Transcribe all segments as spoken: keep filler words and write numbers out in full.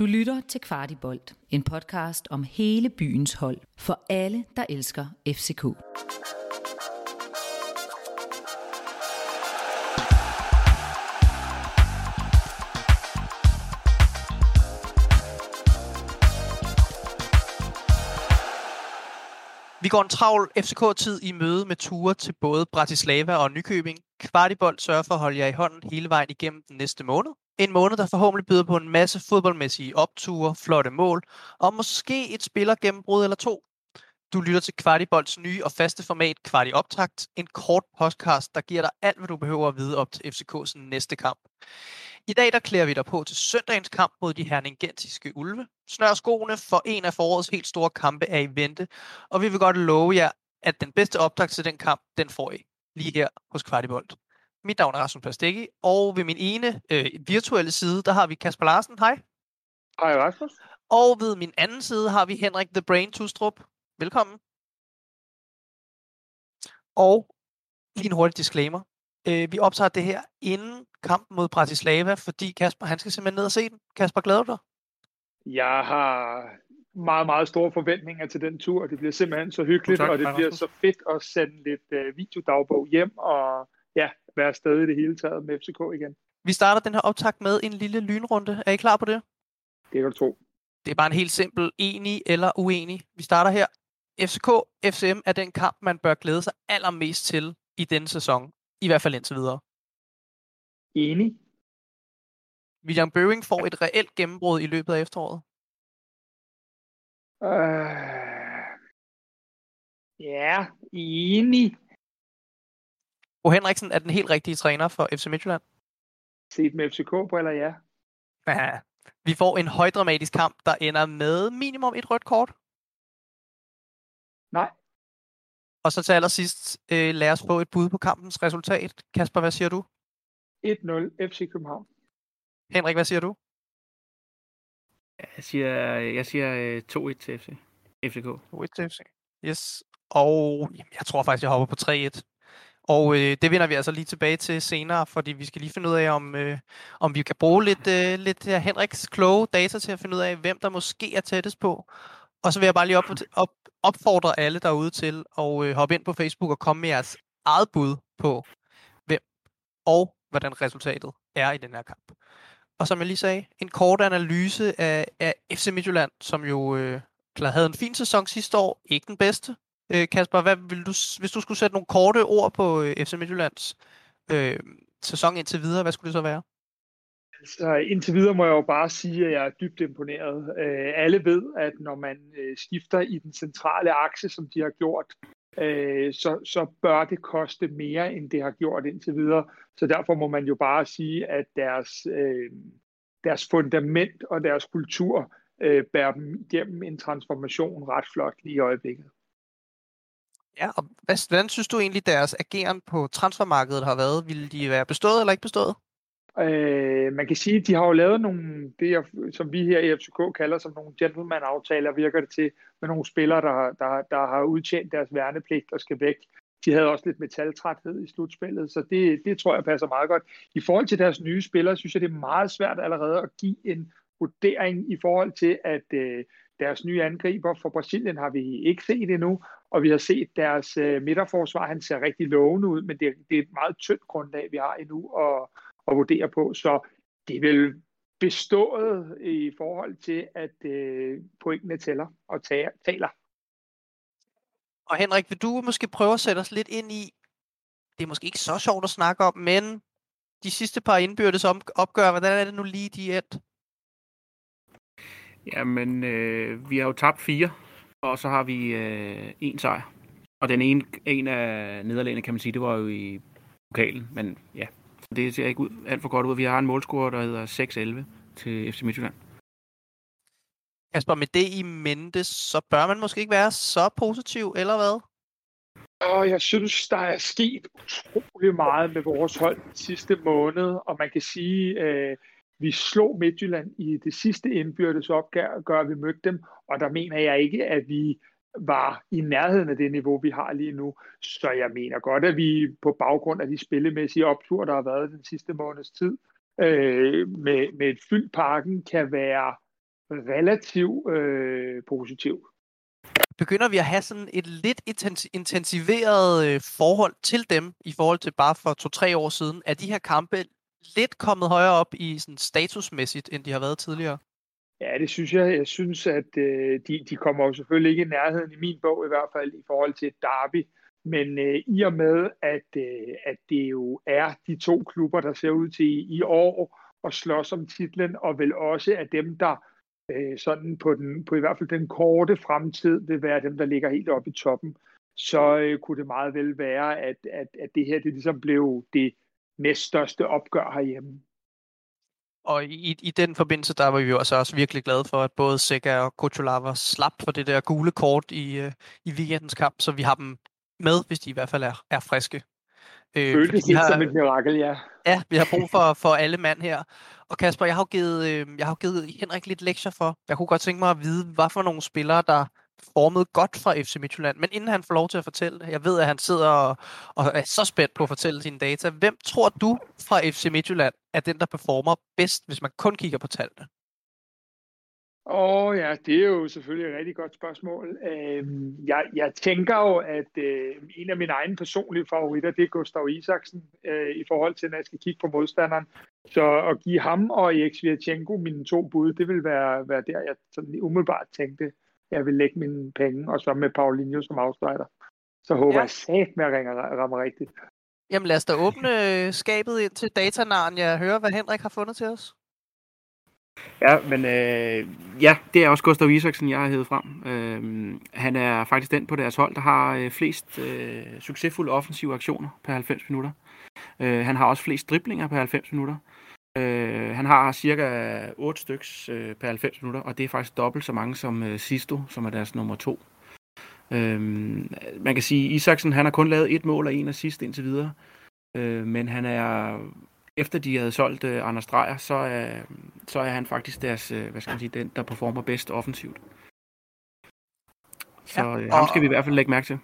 Du lytter til Kvartibolt, en podcast om hele byens hold, for alle, der elsker F C K. Vi går en travl F C K-tid i møde med ture til både Bratislava og Nykøbing. Kvartibolt sørger for at holde jer i hånden hele vejen igennem den næste måned. En måned, der forhåbentlig byder på en masse fodboldmæssige opture, flotte mål og måske et spillergennembrud eller to. Du lytter til Kvartibolts nye og faste format Kvarti Optakt, en kort podcast, der giver dig alt, hvad du behøver at vide op til F C K's næste kamp. I dag der klæder vi dig på til søndagens kamp mod de herningensiske ulve. Snør skoene, for en af forårets helt store kampe er i vente, og vi vil godt love jer, at den bedste optakt til den kamp, den får I lige her hos Kvartibolt. Mit navn er Rasmus Plasteggi, og ved min ene øh, virtuelle side, der har vi Kasper Larsen. Hej. Hej Rasmus. Og ved min anden side har vi Henrik The Brain Tustrup. Velkommen. Og lige en hurtig disclaimer. Øh, vi optager det her inden kampen mod Bratislava, fordi Kasper, han skal simpelthen ned og se den. Kasper, glæder du dig? Jeg har meget, meget store forventninger til den tur. Det bliver simpelthen så hyggeligt, tak, og det bliver så fedt at sende lidt uh, videodagbog hjem og ja, være afsted i det hele taget med F C K igen. Vi starter den her optakt med en lille lynrunde. Er I klar på det? Det kan du tro. Det er bare en helt simpel enig eller uenig. Vi starter her. F C K F C M er den kamp, man bør glæde sig allermest til i denne sæson. I hvert fald indtil videre. Enig. William Bøving får et reelt gennembrud i løbet af efteråret. Øh... Ja, enig. Bo Henriksen er den helt rigtige træner for F C Midtjylland. Set med F C K-briller, ja. Ja. Vi får en højdramatisk kamp, der ender med minimum et rødt kort. Nej. Og så til allersidst, øh, lad os få et bud på kampens resultat. Kasper, hvad siger du? et nul F C København. Henrik, hvad siger du? Jeg siger, jeg siger to et til F C. F C K. to et til F C. Yes. Og jamen, jeg tror faktisk, jeg hopper på tre et. Og øh, det vender vi altså lige tilbage til senere, fordi vi skal lige finde ud af, om, øh, om vi kan bruge lidt, øh, lidt af Henriks kloge data til at finde ud af, hvem der måske er tættest på. Og så vil jeg bare lige op, op, opfordre alle derude til at øh, hoppe ind på Facebook og komme med jeres eget bud på, hvem og hvordan resultatet er i den her kamp. Og som jeg lige sagde, en kort analyse af, af F C Midtjylland, som jo øh, klar havde en fin sæson sidste år. Ikke den bedste. Øh, Kasper, hvad vil du, hvis du skulle sætte nogle korte ord på øh, F C Midtjyllands øh, sæson indtil videre, hvad skulle det så være? Altså, indtil videre må jeg jo bare sige, at jeg er dybt imponeret. Øh, alle ved, at når man øh, skifter i den centrale akse, som de har gjort, øh, så, så bør det koste mere, end det har gjort indtil videre. Så derfor må man jo bare sige, at deres, øh, deres fundament og deres kultur øh, bærer dem gennem en transformation ret flot lige i øjeblikket. Ja, og hvad, hvordan synes du egentlig, deres ageren på transfermarkedet har været? Ville de være bestået eller ikke bestået? Øh, man kan sige, at de har jo lavet nogle, det som vi her i F C K kalder som nogle gentleman-aftaler, virker det til, med nogle spillere, der, der, der har udtjent deres værnepligt og skal væk. De havde også lidt metaltræthed i slutspillet, så det, det tror jeg passer meget godt. I forhold til deres nye spillere, synes jeg, det er meget svært allerede at give en vurdering i forhold til, at øh, deres nye angriber for Brasilien har vi ikke set endnu, og vi har set deres øh, midterforsvar, han ser rigtig lovende ud, men det, det er et meget tyndt grundlag, vi har endnu at, at vurdere på, så det er vel bestået i forhold til, at øh, pointene tæller og tager, taler. Og Henrik, vil du måske prøve at sætte os lidt ind i, det er måske ikke så sjovt at snakke om, men de sidste par indbyrdes opgør, hvordan er det nu lige, de er? Jamen, øh, vi har jo tabt fire, og så har vi øh, en sejr. Og den ene en af nederlagene, kan man sige, det var jo i pokalen, men ja, det ser ikke ud, alt for godt ud. Vi har en målscore, der hedder seks elleve til F C Midtjylland. Kasper, med det i mente, så bør man måske ikke være så positiv, eller hvad? Og jeg synes, der er sket utrolig meget med vores hold sidste måned, og man kan sige, øh, vi slog Midtjylland i det sidste indbyrdes opgør, gør vi mødte dem, og der mener jeg ikke, at vi var i nærheden af det niveau, vi har lige nu. Så jeg mener godt, at vi på baggrund af de spillemæssige optur, der har været den sidste måneds tid, øh, med, med et fyldt parken, kan være relativt øh, positivt. Begynder vi at have sådan et lidt intensiveret øh, forhold til dem, i forhold til bare for to-tre år siden? Er de her kampe lidt kommet højere op i sådan statusmæssigt, end de har været tidligere? Ja, det synes jeg. Jeg synes, at øh, de, de kommer jo selvfølgelig ikke i nærheden, i min bog i hvert fald, i forhold til et derby. Men øh, i og med, at, øh, at det jo er de to klubber, der ser ud til i, i år at slås om titlen, og vel også er dem, der øh, sådan på, den, på i hvert fald den korte fremtid vil være dem, der ligger helt oppe i toppen, så øh, kunne det meget vel være, at, at, at det her det ligesom blev det næststørste opgør herhjemme. Og i, i den forbindelse, der var vi jo altså også virkelig glade for, at både Sega og Kocholava slap for det der gule kort i, øh, i weekendens kamp, så vi har dem med, hvis de i hvert fald er, er friske. Øh, Føltes lidt som et mirakel, ja. Ja, vi har brug for, for alle mand her. Og Kasper, jeg har jo givet, øh, jeg har givet Henrik lidt lektier for. Jeg kunne godt tænke mig at vide, hvad for nogle spillere, der formede godt fra F C Midtjylland. Men inden han får lov til at fortælle det, jeg ved, at han sidder og, og er så spændt på at fortælle sine data. Hvem tror du fra F C Midtjylland er den, der performer bedst, hvis man kun kigger på tallene? Åh oh, ja, det er jo selvfølgelig et rigtig godt spørgsmål. Øhm, jeg, jeg tænker jo, at øh, en af mine egne personlige favoritter, det er Gustav Isaksen, øh, i forhold til, når jeg skal kigge på modstanderen. Så at give ham og Erik Svirchenko mine to bud, det vil være, være der, jeg sådan umiddelbart tænkte, jeg vil lægge mine penge, og så med Paulinho som afstræder. Så håber ja. jeg sat med at ringe, ramme rigtigt. Jamen lad os da åbne skabet ind til datanaren. Jeg hører, hvad Henrik har fundet til os. Ja, men øh, ja, det er også Gustav Isaksen, jeg har hævet frem. Øh, han er faktisk den på deres hold, der har øh, flest øh, succesfulde offensive aktioner per halvfems minutter. Øh, han har også flest driblinger per halvfems minutter. Øh, han har cirka otte styks øh, per halvfems minutter, og det er faktisk dobbelt så mange som øh, Sisto, som er deres nummer to. Øh, man kan sige, at Isaksen han har kun lavet et mål og en assist indtil videre, øh, men han er... Efter de havde solgt uh, Anders Dreyer, så er, så er han faktisk deres, uh, hvad skal man sige, den, der performer bedst offensivt. Så ja, uh, ham skal vi i hvert fald lægge mærke til.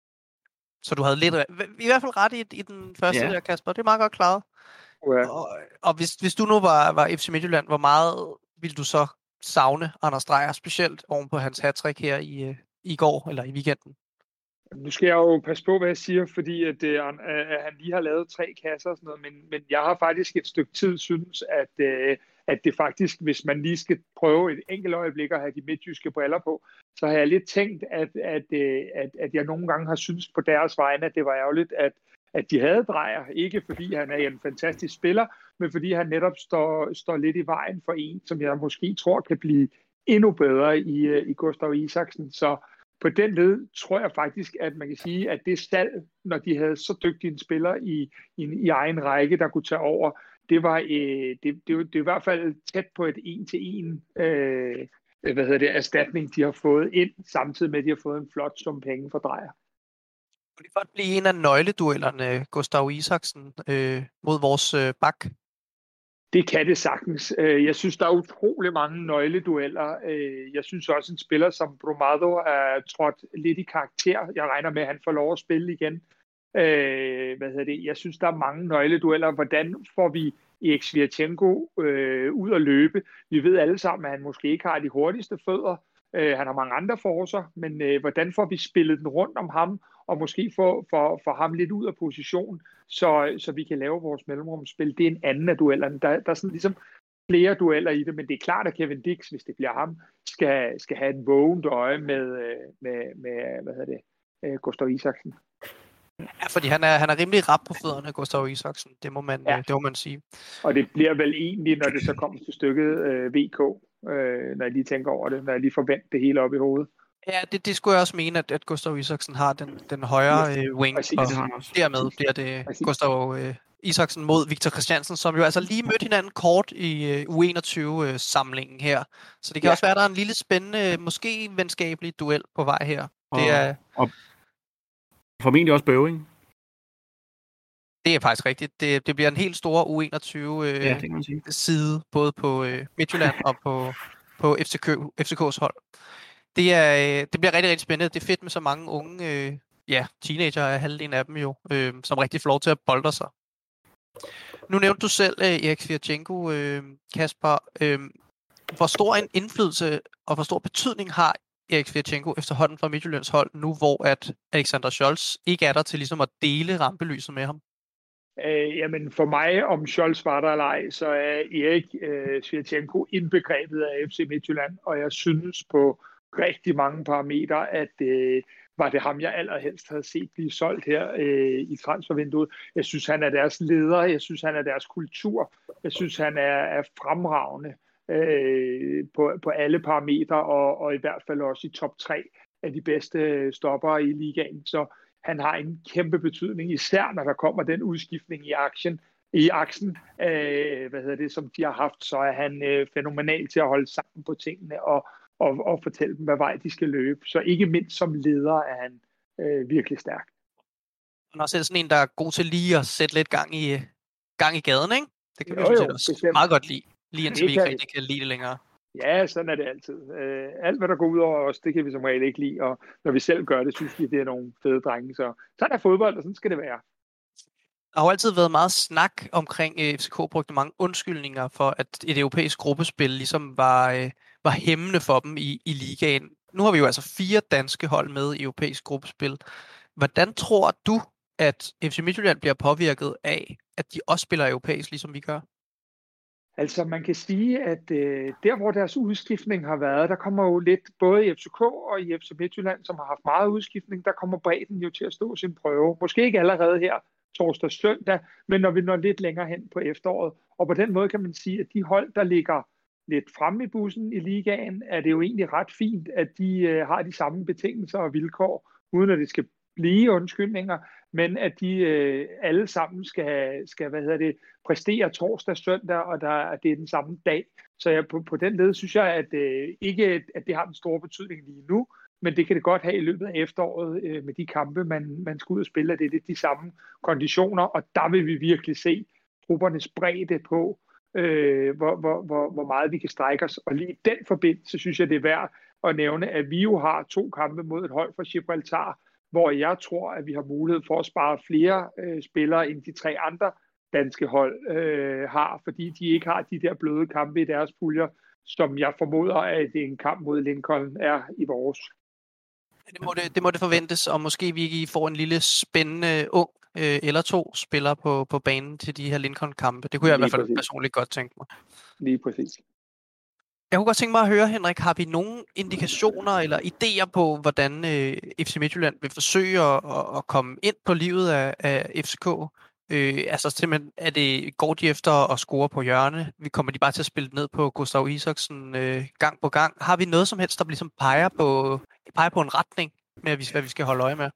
Så du havde lidt, i hvert fald ret i, i den første ja. der, Kasper. Det er meget godt klaret. Ja. Og, og hvis, hvis du nu var, var F C Midtjylland, hvor meget ville du så savne Anders Dreyer, specielt oven på hans hattrick her i, uh, i går, eller i weekenden? Nu skal jeg jo passe på, hvad jeg siger, fordi at, øh, at han lige har lavet tre kasser og sådan noget, men, men jeg har faktisk et stykke tid synes, at, øh, at det faktisk, hvis man lige skal prøve et enkelt øjeblik at have de midtjyske briller på, så har jeg lidt tænkt, at, at, øh, at, at jeg nogle gange har synes på deres vegne, at det var ærgerligt, at, at de havde Dreyer. Ikke fordi han er en fantastisk spiller, men fordi han netop står, står lidt i vejen for en, som jeg måske tror kan blive endnu bedre i, i Gustav Isaksen. Så på den led tror jeg faktisk, at man kan sige, at det salg, når de havde så dygtige en spiller i, i, i egen række, der kunne tage over, det var, øh, det, det, det er i hvert fald tæt på et en-til-en øh, hvad hedder det, erstatning, de har fået ind, samtidig med, at de har fået en flot sum penge for Dreyer. Kunne det godt blive en af nøgleduellerne, Gustav Isaksen, øh, mod vores øh, bak? Det kan det sagtens. Jeg synes, der er utrolig mange nøgledueller. Jeg synes også, en spiller som Brumado er trådt lidt i karakter. Jeg regner med, at han får lov at spille igen. Hvad hedder det? Jeg synes, der er mange nøgledueller. Hvordan får vi Erik Svirchenko øh, ud at løbe? Vi ved alle sammen, at han måske ikke har de hurtigste fødder. Han har mange andre forser, men øh, hvordan får vi spillet den rundt om ham, og måske få for, for ham lidt ud af position, så, så vi kan lave vores mellemrumsspil. Det er en anden af duellerne. Der, der er sådan ligesom flere dueller i det, men det er klart, at Kevin Dix, hvis det bliver ham, skal, skal have et vågent øje med, med, med hvad hedder det, Gustav Isaksen. Ja, fordi han er, han er rimelig rap på fødderne, Gustav Isaksen. Det må man, ja. det må man sige. Og det bliver vel egentlig, når det så kommer til stykket øh, V K, øh, når jeg lige tænker over det, når jeg lige forventer det hele op i hovedet. Ja, det, det skulle jeg også mene, at, at Gustav Isaksen har den, den højere øh, wing, Præcis. og dermed bliver det Præcis. Gustav øh, Isaksen mod Victor Christiansen, som jo altså lige mødte hinanden kort i øh, U enogtyve-samlingen øh, her. Så det kan ja. også være, at der er en lille spændende, måske venskabelig duel på vej her. Og, det er og formentlig også Bøving. Det er faktisk rigtigt. Det, det bliver en helt stor U enogtyve øh, ja, det kan man sige. side, både på øh, Midtjylland og på, på F C K, F C K's hold. Det, er, det bliver rigtig, rigtig spændende. Det er fedt med så mange unge øh, ja, teenager, er halvdelen af dem jo, øh, som rigtig får lov til at bolde sig. Nu nævnte du selv øh, Erik Svirchenko, øh, Kasper. Øh, hvor stor en indflydelse og hvor stor betydning har Erik Sviatchenko efterhånden fra Midtjyllands hold, nu hvor at Alexander Scholz ikke er der til ligesom at dele rampelyset med ham? Øh, jamen for mig, om Scholz var der eller ej, så er Erik øh, Sviatchenko indbegrebet af F C Midtjylland, og jeg synes på rigtig mange parametre, at øh, var det ham, jeg allerhelst havde set blive solgt her øh, i transfervinduet. Jeg synes, han er deres leder, jeg synes, han er deres kultur, jeg synes, han er, er fremragende øh, på, på alle parametre, og, og i hvert fald også i top tre af de bedste stoppere i ligaen. Så han har en kæmpe betydning, især når der kommer den udskiftning i aktien, i aksen, øh, hvad hedder det, som de har haft, så er han øh, fænomenal til at holde sammen på tingene og, og, og fortælle dem, hvad vej de skal løbe. Så ikke mindst som leder er han øh, virkelig stærk. Han er også sådan en, der er god til lige at sætte lidt gang i, gang i gaden, ikke? Det kan vi jo, jo også bestemt meget godt lide, lige indtil vi ikke rigtig kan lide det længere. Ja, sådan er det altid. Øh, alt, hvad der går ud over os, det kan vi som regel ikke lide, og når vi selv gør det, synes vi, det er nogle fede drenge. Så sådan er fodbold, og sådan skal det være. Der har jo altid været meget snak omkring, at F C K brugte mange undskyldninger for, at et europæisk gruppespil ligesom var, øh, var hæmmende for dem i, i ligaen. Nu har vi jo altså fire danske hold med i europæisk gruppespil. Hvordan tror du, at F C Midtjylland bliver påvirket af, at de også spiller europæisk, ligesom vi gør? Altså man kan sige, at øh, der hvor deres udskiftning har været, der kommer jo lidt både i F C K og i F C Midtjylland, som har haft meget udskiftning, der kommer bredden jo til at stå sin prøve. Måske ikke allerede her torsdag søndag, men når vi når lidt længere hen på efteråret. Og på den måde kan man sige, at de hold, der ligger lidt fremme i bussen i ligaen, er det jo egentlig ret fint, at de øh, har de samme betingelser og vilkår, uden at det skal blive undskyldninger, men at de øh, alle sammen skal, skal hvad hedder det, præstere torsdag, søndag, og der, at det er den samme dag. Så jeg, på, på den led synes jeg, at øh, ikke at det har den store betydning lige nu, men det kan det godt have i løbet af efteråret øh, med de kampe, man, man skal ud og spille, at det er lidt de samme konditioner, og der vil vi virkelig se truppernes bredde på, øh, hvor, hvor, hvor, hvor meget vi kan strække os. Og lige i den forbindelse synes jeg, det er værd at nævne, at vi jo har to kampe mod et hold fra Gibraltar, hvor jeg tror, at vi har mulighed for at spare flere øh, spillere end de tre andre danske hold øh, har, fordi de ikke har de der bløde kampe i deres puljer, som jeg formoder, at en kamp mod Lincoln er i vores. Det må det, det må det forventes, og måske vi får en lille spændende ung øh, eller to spillere på, på banen til de her Lincoln-kampe. Det kunne jeg Lige i hvert fald præcis. personligt godt tænke mig. Lige præcis. Jeg kunne godt tænke mig at høre, Henrik, har vi nogle indikationer eller idéer på, hvordan øh, F C Midtjylland vil forsøge at, at komme ind på livet af, af F C K? Øh, altså simpelthen, er det, går de efter at score på hjørne? Vi kommer de bare til at spille ned på Gustav Isaksen øh, gang på gang? Har vi noget som helst, der ligesom peger på, peger på en retning med, hvad vi skal holde øje med?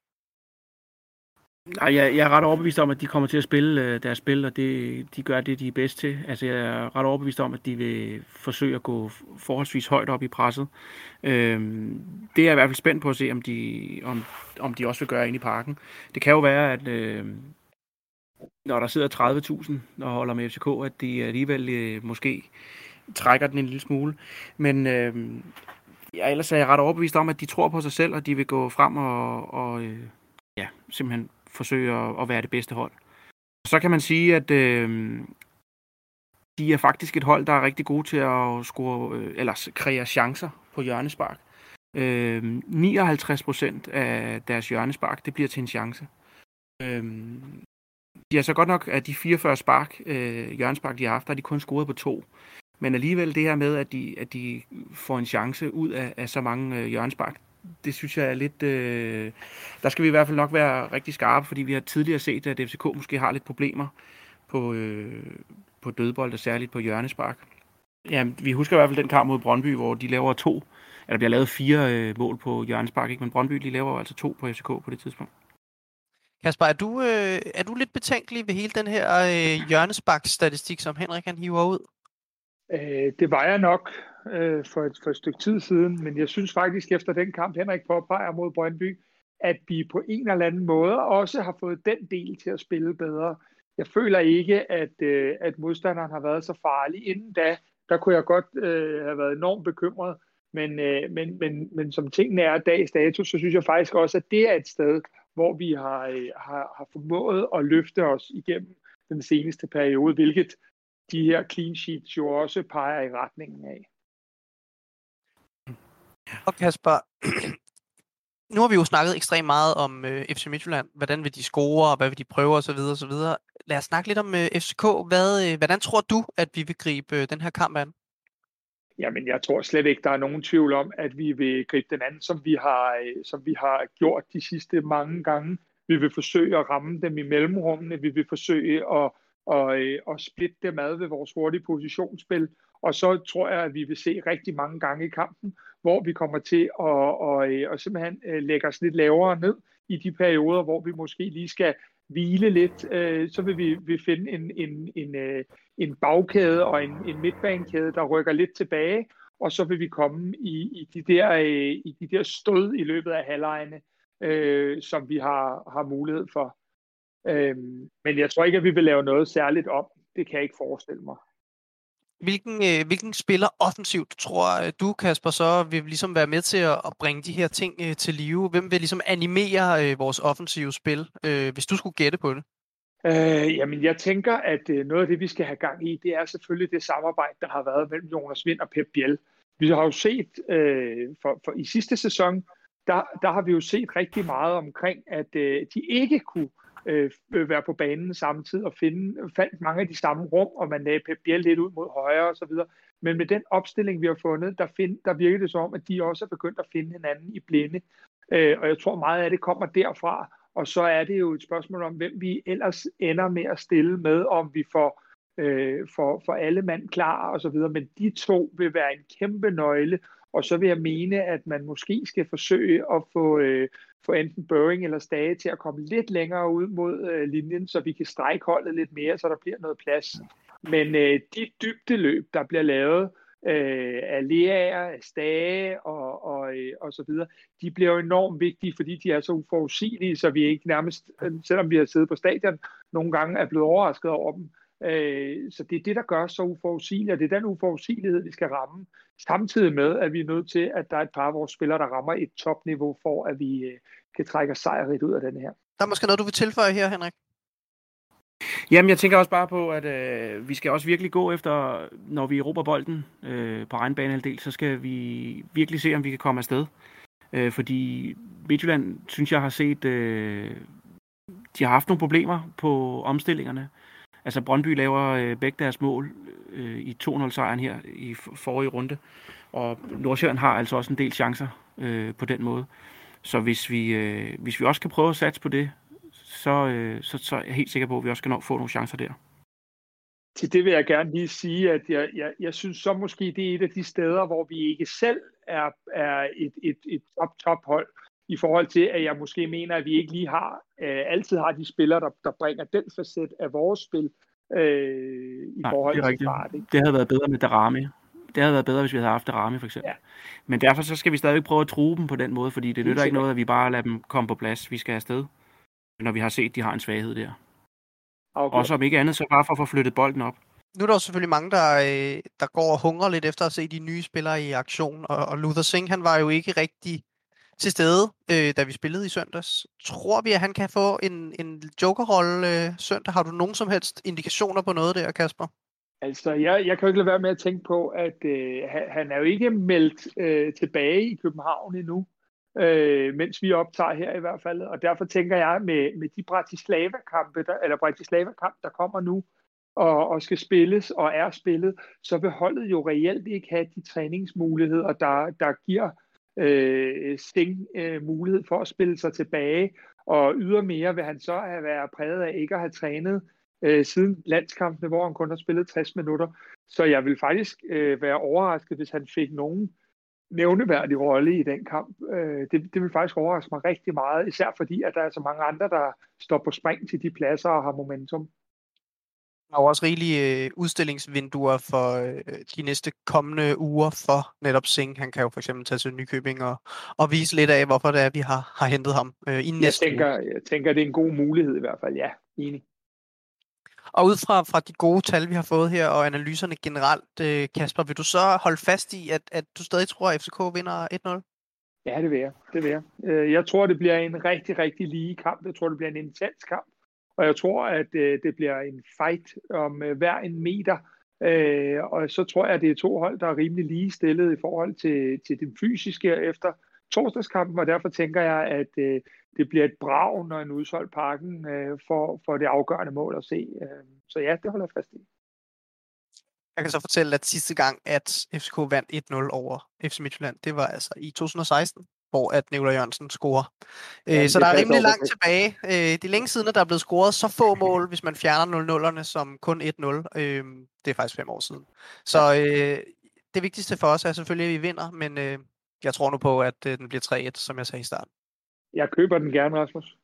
Nej, jeg, jeg er ret overbevist om, at de kommer til at spille øh, deres spil, og det, de gør det, de er bedst til. Altså, jeg er ret overbevist om, at de vil forsøge at gå forholdsvis højt op i presset. Øhm, det er jeg i hvert fald spændt på at se, om de, om, om de også vil gøre ind i parken. Det kan jo være, at øh, når der sidder tredive tusind og holder med F C K, at de alligevel øh, måske trækker den en lille smule. Men øh, jeg, ellers er jeg ret overbevist om, at de tror på sig selv, og de vil gå frem og, og øh, ja, simpelthen forsøge at være det bedste hold. Så kan man sige, at øh, de er faktisk et hold, der er rigtig gode til at score, øh, eller kreere chancer på hjørnespark. Øh, nioghalvtreds procent af deres hjørnespark, det bliver til en chance. Øh, de er så godt nok, at de fireogfyrre spark, øh, hjørnespark, de har haft, der er de kun scoret på to. Men alligevel det her med, at de, at de får en chance ud af, af så mange øh, hjørnespark, det synes jeg er lidt... Øh, der skal vi i hvert fald nok være rigtig skarpe, fordi vi har tidligere set, at F C K måske har lidt problemer på, øh, på dødbold, og særligt på hjørnespark. Ja, vi husker i hvert fald den kamp mod Brøndby, hvor de laver to, eller der bliver lavet fire øh, mål på hjørnespark, ikke? Men Brøndby de laver altså to på F C K på det tidspunkt. Kasper, er du, øh, er du lidt betænkelig ved hele den her øh, hjørnespark-statistik, som Henrik han hiver ud? Øh, det var jeg nok øh, for, et, for et stykke tid siden, men jeg synes faktisk efter den kamp, Henrik påpeger mod Brøndby, at vi på en eller anden måde også har fået den del til at spille bedre. Jeg føler ikke, at, øh, at modstanderen har været så farlig. Inden da, der kunne jeg godt øh, have været enormt bekymret, men, øh, men, men, men som tingene er dags dato, så synes jeg faktisk også, at det er et sted, hvor vi har, øh, har, har formået at løfte os igennem den seneste periode, hvilket de her clean sheets jo også peger i retningen af. Og Kasper, nu har vi jo snakket ekstremt meget om øh, F C Midtjylland. Hvordan vil de score, og hvad vil de prøve, osv. osv. Lad os snakke lidt om øh, F C K. Hvad, øh, hvordan tror du, at vi vil gribe øh, den her kamp an? Jamen, jeg tror slet ikke, der er nogen tvivl om, at vi vil gribe den anden, som vi har, som vi har gjort de sidste mange gange. Vi vil forsøge at ramme dem i mellemrummene. Vi vil forsøge at, at, at splitte dem ad ved vores hurtige positionsspil. Og så tror jeg, at vi vil se rigtig mange gange i kampen, hvor vi kommer til at, at, at simpelthen lægge os lidt lavere ned i de perioder, hvor vi måske lige skal hvile lidt. Så vil vi, vi finde en, en, en, en bagkæde og en, en midtbanekæde, der rykker lidt tilbage, og så vil vi komme i, i, de, der, i de der stød i løbet af halvlejene, øh, som vi har, har mulighed for. Øh, men jeg tror ikke, at vi vil lave noget særligt om. Det kan jeg ikke forestille mig. Hvilken, øh, hvilken spiller offensivt tror du, Kasper, så vil ligesom være med til at, at bringe de her ting øh, til live? Hvem vil ligesom animere øh, vores offensive spil, øh, hvis du skulle gætte på det? Øh, jamen, jeg tænker, at øh, noget af det, vi skal have gang i, det er selvfølgelig det samarbejde, der har været mellem Jonas Vind og Pep Biel. Vi har jo set, øh, for, for i sidste sæson, der, der har vi jo set rigtig meget omkring, at øh, de ikke kunne øh, være på banen samtidig og finde, fandt mange af de samme rum, og man lagde Pep Biel lidt ud mod højre og så videre. Men med den opstilling, vi har fundet, der, find, der virker det som om, at de også er begyndt at finde hinanden i blinde. Øh, og jeg tror meget af det kommer derfra. Og så er det jo et spørgsmål om, hvem vi ellers ender med at stille med, om vi får, øh, får, får alle mand klar og så videre. Men de to vil være en kæmpe nøgle, og så vil jeg mene, at man måske skal forsøge at få, øh, få enten Børing eller Stage til at komme lidt længere ud mod øh, linjen, så vi kan strække holdet lidt mere, så der bliver noget plads. Men øh, de dybdeløb, der bliver lavet, Øh, af Lea, af Stage og, og, og så videre, de bliver jo enormt vigtige, fordi de er så uforudsigelige, så vi ikke nærmest, selvom vi har siddet på stadion, nogle gange er blevet overrasket over dem. Øh, så det er det, der gør så uforudsigeligt, og det er den uforudsigelighed, vi skal ramme, samtidig med, at vi er nødt til, at der er et par af vores spillere, der rammer et topniveau, for at vi øh, kan trække os sejrigt ud af den her. Der er måske noget, du vil tilføje her, Henrik? Jamen, jeg tænker også bare på, at øh, vi skal også virkelig gå efter, når vi erobrer bolden øh, på egen banehalvdel, så skal vi virkelig se, om vi kan komme afsted. Øh, fordi Midtjylland, synes jeg, har set, øh, de har haft nogle problemer på omstillingerne. Altså, Brøndby laver øh, begge deres mål øh, i to nul sejren her i forrige runde, og Nordsjælland har altså også en del chancer øh, på den måde. Så hvis vi, øh, hvis vi også kan prøve at satse på det, Så, øh, så, så er jeg helt sikker på, at vi også skal nok få nogle chancer der. Til det vil jeg gerne lige sige, at jeg, jeg, jeg synes så måske, det er et af de steder, hvor vi ikke selv er, er et, et, et top-top-hold, i forhold til, at jeg måske mener, at vi ikke lige har, øh, altid har de spillere, der, der bringer den facet af vores spil øh, i Nej, forhold til rigtigt. Fart. Ikke? Det havde været bedre med Darami. Det havde været bedre, hvis vi havde haft Darami, for eksempel. Ja. Men derfor så skal vi stadig prøve at true dem på den måde, fordi det nytter ikke noget, at vi bare lader dem komme på plads. Vi skal afsted, når vi har set, at de har en svaghed der. Okay. Også om ikke andet, så bare for at få flyttet bolden op. Nu er der jo selvfølgelig mange, der, der går og hungrer lidt efter at se de nye spillere i aktion, og, og Luther Singh, han var jo ikke rigtig til stede, øh, da vi spillede i søndags. Tror vi, at han kan få en, en jokerrolle øh, søndag? Har du nogen som helst indikationer på noget der, Kasper? Altså, jeg, jeg kan jo ikke lade være med at tænke på, at øh, han er jo ikke meldt øh, tilbage i København endnu. Øh, mens vi optager her i hvert fald, og derfor tænker jeg med, med de Bratislava-kampe, der, eller Bratislava-kamp, der kommer nu, og, og skal spilles, og er spillet, så vil holdet jo reelt ikke have de træningsmuligheder, der, der giver øh, Sting øh, mulighed for at spille sig tilbage, og ydermere vil han så have været præget af ikke at have trænet øh, siden landskampene, hvor han kun har spillet tres minutter, så jeg vil faktisk øh, være overrasket, hvis han fik nogen nævneværdig rolle i den kamp. Det, det vil faktisk overraske mig rigtig meget, især fordi, at der er så mange andre, der står på spring til de pladser og har momentum. Der er også rigelige udstillingsvinduer for de næste kommende uger for netop Singh. Han kan jo for eksempel tage til Nykøbing og, og vise lidt af, hvorfor det er, vi har, har hentet ham øh, i næste jeg tænker, uge. Jeg tænker, det er en god mulighed i hvert fald. Ja, enig. Og ud fra, fra de gode tal, vi har fået her, og analyserne generelt, øh, Kasper, vil du så holde fast i, at, at du stadig tror, at F C K vinder et nul? Ja, det vil jeg. Det vil jeg. Jeg tror, det bliver en rigtig, rigtig lige kamp. Jeg tror, det bliver en intens kamp. Og jeg tror, at øh, det bliver en fight om øh, hver en meter Øh, og så tror jeg, at det er to hold, der er rimelig lige stillet i forhold til, til det fysiske efter torsdagskampen, og derfor tænker jeg, at øh, det bliver et brag, når en udsolgt Parken øh, for, for det afgørende mål at se. Øh, så ja, det holder jeg fast i. Jeg kan så fortælle, at sidste gang, at F C K vandt et nul over F C Midtjylland, det var altså i to tusind og seksten, hvor at Nikolaj Jørgensen scorer. Ja, øh, så der er rimelig langt tilbage. Øh, det er længe siden, at der er blevet scoret så få mål, hvis man fjerner nul nullerne som kun et nul. Øh, det er faktisk fem år siden. Så øh, det vigtigste for os er selvfølgelig, at vi vinder, men øh, jeg tror nu på, at øh, den bliver tre et, som jeg sagde i starten. Jeg køber den gerne, Rasmus.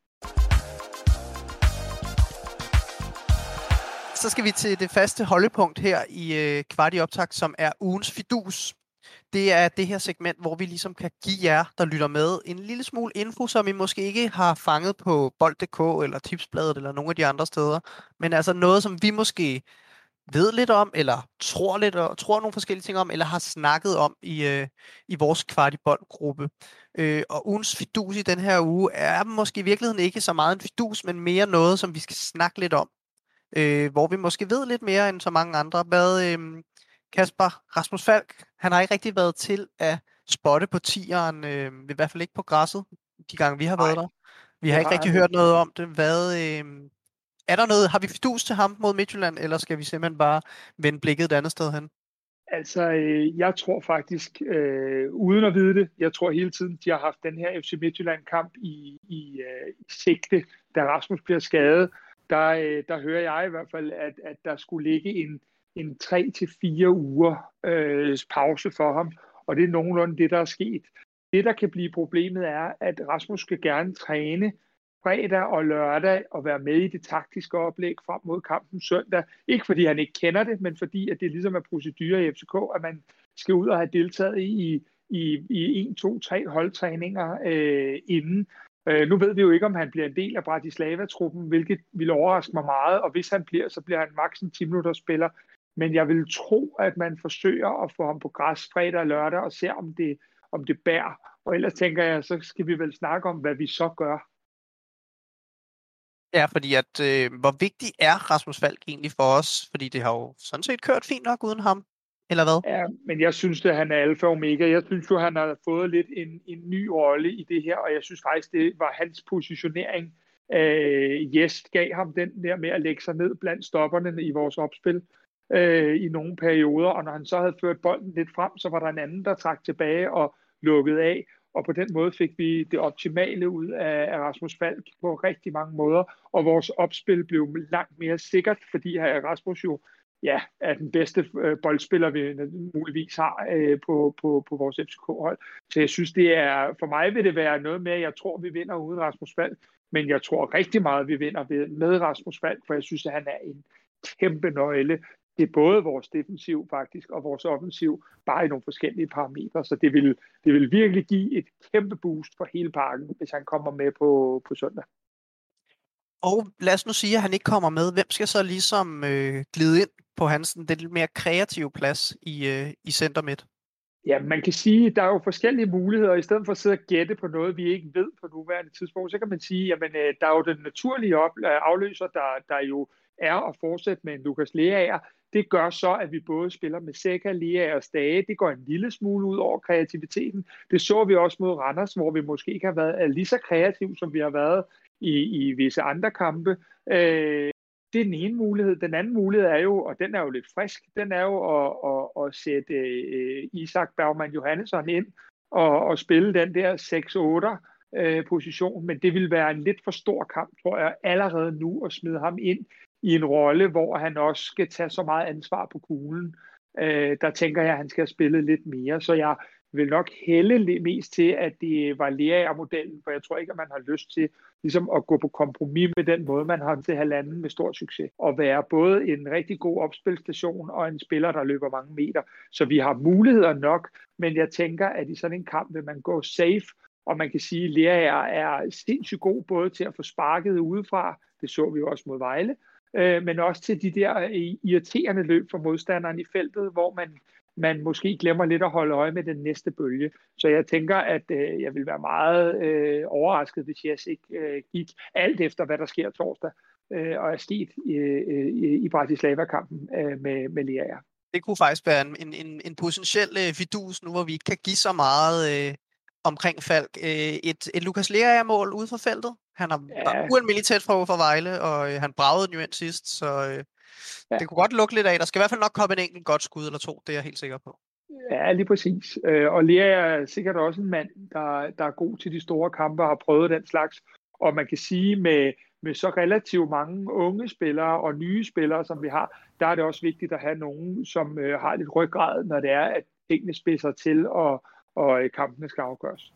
Så skal vi til det faste holdepunkt her i øh, kvart i optakt, som er ugens fidus. Det er det her segment, hvor vi ligesom kan give jer, der lytter med, en lille smule info, som I måske ikke har fanget på bold punktum d k eller Tipsbladet eller nogle af de andre steder. Men altså noget, som vi måske ved lidt om, eller tror lidt og tror nogle forskellige ting om, eller har snakket om i, øh, i vores kvart i bold-gruppe. Øh, og ugens fidus i den her uge er måske i virkeligheden ikke så meget en fidus, men mere noget, som vi skal snakke lidt om. Øh, hvor vi måske ved lidt mere end så mange andre. Hvad, øh, Kasper, Rasmus Falk, han har ikke rigtig været til at spotte på tieren, øh, i hvert fald ikke på græsset, de gange vi har været Nej, der. Vi har ikke har rigtig hørt noget om det. Hvad, øh, er der noget, har vi fidus til ham mod Midtjylland, eller skal vi simpelthen bare vende blikket et andet sted hen? Altså, øh, jeg tror faktisk, øh, uden at vide det, jeg tror hele tiden, de har haft den her F C Midtjylland-kamp i, i, øh, i sigte, da Rasmus bliver skadet. Der, øh, der hører jeg i hvert fald, at, at der skulle ligge en, en tre til fire uger øh, pause for ham, og det er nogenlunde det, der er sket. Det, der kan blive problemet, er, at Rasmus skal gerne træne fredag og lørdag og være med i det taktiske oplæg frem mod kampen søndag. Ikke fordi han ikke kender det, men fordi at det ligesom er procedure i F C K, at man skal ud og have deltaget i, i, i en, to, tre holdtræninger øh, inden. Øh, nu ved vi jo ikke, om han bliver en del af Bratislava-truppen, hvilket vil overraske mig meget, og hvis han bliver, så bliver han maks en ti minutter spiller. Men jeg vil tro, at man forsøger at få ham på græs fredag og lørdag og ser, om det, om det bærer. Og ellers tænker jeg, så skal vi vel snakke om, hvad vi så gør. Ja, fordi at, øh, hvor vigtig er Rasmus Falk egentlig for os? Fordi det har jo sådan set kørt fint nok uden ham, eller hvad? Ja, men jeg synes, at han er alfa og omega. Jeg synes jo, han har fået lidt en, en ny rolle i det her, og jeg synes faktisk, det var hans positionering. Øh, Jest gav ham den der med at lægge sig ned blandt stopperne i vores opspil øh, i nogle perioder, og når han så havde ført bolden lidt frem, så var der en anden, der trak tilbage og lukkede af. Og på den måde fik vi det optimale ud af Rasmus Falk på rigtig mange måder. Og vores opspil blev langt mere sikkert, fordi Rasmus jo ja, er den bedste boldspiller, vi muligvis har på, på, på vores F C K-hold. Så jeg synes, det er, for mig vil det være noget med, at jeg tror, vi vinder uden Rasmus Falk. Men jeg tror rigtig meget, vi vinder med Rasmus Falk, for jeg synes, at han er en kæmpe nøgle. Det er både vores defensiv faktisk og vores offensiv, bare i nogle forskellige parametre. Så det vil, det vil virkelig give et kæmpe boost for hele pakken, hvis han kommer med på, på søndag. Og lad os nu sige, at han ikke kommer med. Hvem skal så ligesom øh, glide ind på hans den lidt mere kreative plads i, øh, i center midt? Ja, man kan sige, at der er jo forskellige muligheder. I stedet for at sidde og gætte på noget, vi ikke ved på nuværende tidspunkt, så kan man sige, at der er jo den naturlige afløser, der, der jo er at fortsætte med en Lukas Leaer. Det gør så, at vi både spiller med Sækker, Leaer og Stage. Det går en lille smule ud over kreativiteten. Det så vi også mod Randers, hvor vi måske ikke har været lige så kreative, som vi har været i, i visse andre kampe. Øh, det er den ene mulighed. Den anden mulighed er jo, og den er jo lidt frisk, den er jo at, at, at sætte øh, Isak Bergman Johannesson ind og, og spille den der seks otte øh, position. Men det vil være en lidt for stor kamp, tror jeg, allerede nu at smide ham ind i en rolle, hvor han også skal tage så meget ansvar på kuglen. Øh, der tænker jeg, at han skal spille lidt mere, så jeg vil nok hælde mest til, at det var Leaer-modellen, for jeg tror ikke, at man har lyst til ligesom at gå på kompromis med den måde, man har til halvanden med stor succes, og være både en rigtig god opspilstation og en spiller, der løber mange meter. Så vi har muligheder nok, men jeg tænker, at i sådan en kamp vil man gå safe, og man kan sige, at Leaer er sindssygt god både til at få sparket udefra, det så vi jo også mod Vejle, øh, men også til de der irriterende løb for modstanderen i feltet, hvor man, man måske glemmer lidt at holde øje med den næste bølge. Så jeg tænker, at øh, jeg vil være meget øh, overrasket, hvis Jes ikke øh, gik alt efter, hvad der sker torsdag. øh, og er sket i, i, i Bratislava-kampen øh, med, med Lea. Det kunne faktisk være en, en, en potentiel øh, fidus, nu hvor vi ikke kan give så meget øh, omkring Falk. Øh, et, et Lukas Lea-mål ude for feltet. Han har ja. ualmindeligt tæt fra for Vejle, og øh, han bragede den jo ind sidst, så øh, ja. det kunne godt lukke lidt af. Der skal i hvert fald nok komme en enkelt godt skud eller to, det er jeg helt sikker på. Ja, lige præcis. Øh, og Lea er sikkert også en mand, der, der er god til de store kampe og har prøvet den slags. Og man kan sige, med, med så relativt mange unge spillere og nye spillere, som vi har, der er det også vigtigt at have nogen, som øh, har lidt ryggrad, når det er, at tingene spidser til, og, og kampene skal afgøres.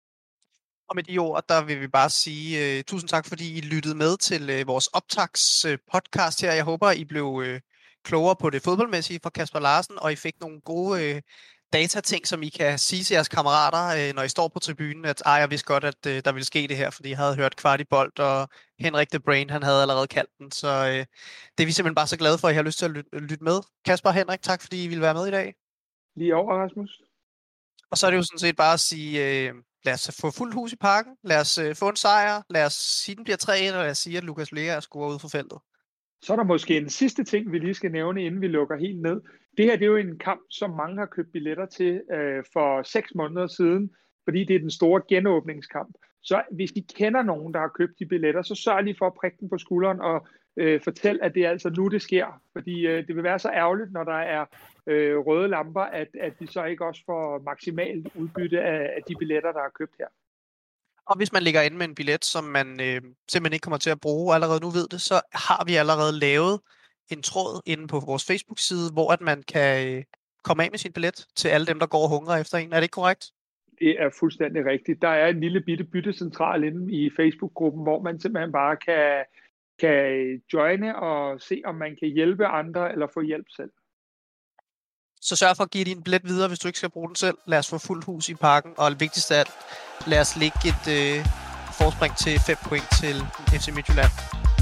Og med de ord, der vil vi bare sige uh, tusind tak, fordi I lyttede med til uh, vores optags uh, podcast her. Jeg håber, I blev uh, klogere på det fodboldmæssige fra Kasper Larsen, og I fik nogle gode uh, datating, som I kan sige til jeres kammerater, uh, når I står på tribunen, at ej, jeg vidste godt, at uh, der ville ske det her, fordi jeg havde hørt kvart i bold, og Henrik The Brain, han havde allerede kaldt den. Så uh, det er vi simpelthen bare så glade for, at I har lyst til at lytte, lytte med. Kasper og Henrik, tak fordi I ville være med i dag. Lige over, Rasmus. Og så er det jo sådan set bare at sige... Uh, Lad os få fuldt hus i parken. Lad os uh, få en sejr. Lad os sige, den bliver tre et, og lad os sige, at Lukas Lea er scoret ud for feltet. Så er der måske en sidste ting, vi lige skal nævne, inden vi lukker helt ned. Det her det er jo en kamp, som mange har købt billetter til øh, for seks måneder siden, fordi det er den store genåbningskamp. Så hvis I kender nogen, der har købt de billetter, så sørg lige for at prikke den på skulderen og øh, fortæl, at det er altså nu, det sker. Fordi øh, det vil være så ærgerligt, når der er øh, røde lamper, at, at vi så ikke også får maksimalt udbytte af, af de billetter, der er købt her. Og hvis man ligger inde med en billet, som man øh, simpelthen ikke kommer til at bruge, allerede nu ved det, så har vi allerede lavet en tråd inde på vores Facebook-side, hvor at man kan øh, komme af med sin billet til alle dem, der går og hungrer efter en. Er det ikke korrekt? Det er fuldstændig rigtigt. Der er en lille bitte byttecentral inde i Facebook-gruppen, hvor man simpelthen bare kan, kan joine og se, om man kan hjælpe andre eller få hjælp selv. Så sørg for at give din billet videre, hvis du ikke skal bruge den selv. Lad os få fuldt hus i parken, og vigtigst af alt, lad os lægge et øh, forspring til fem point til F C Midtjylland.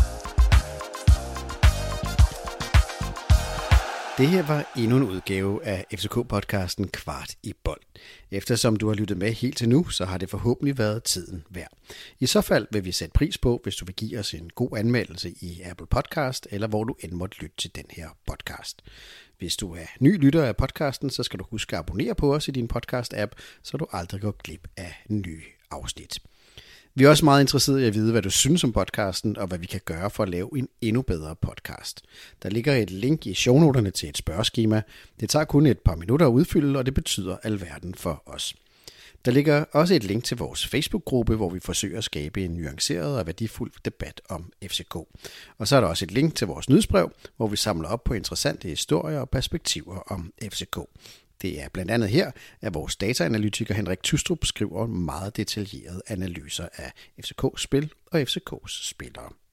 Det her var endnu en udgave af F C K-podcasten Kvart i bold. Eftersom du har lyttet med helt til nu, så har det forhåbentlig været tiden værd. I så fald vil vi sætte pris på, hvis du vil give os en god anmeldelse i Apple Podcast, eller hvor du end måtte lytte til den her podcast. Hvis du er ny lytter af podcasten, så skal du huske at abonnere på os i din podcast-app, så du aldrig går glip af nye afsnit. Vi er også meget interesserede i at vide, hvad du synes om podcasten, og hvad vi kan gøre for at lave en endnu bedre podcast. Der ligger et link i shownoterne til et spørgeskema. Det tager kun et par minutter at udfylde, og det betyder alverden for os. Der ligger også et link til vores Facebook-gruppe, hvor vi forsøger at skabe en nuanceret og værdifuld debat om F C K. Og så er der også et link til vores nyhedsbrev, hvor vi samler op på interessante historier og perspektiver om F C K. Det er blandt andet her, at vores dataanalytiker Henrik Tystrup skriver meget detaljerede analyser af F C K's spil og F C K's spillere.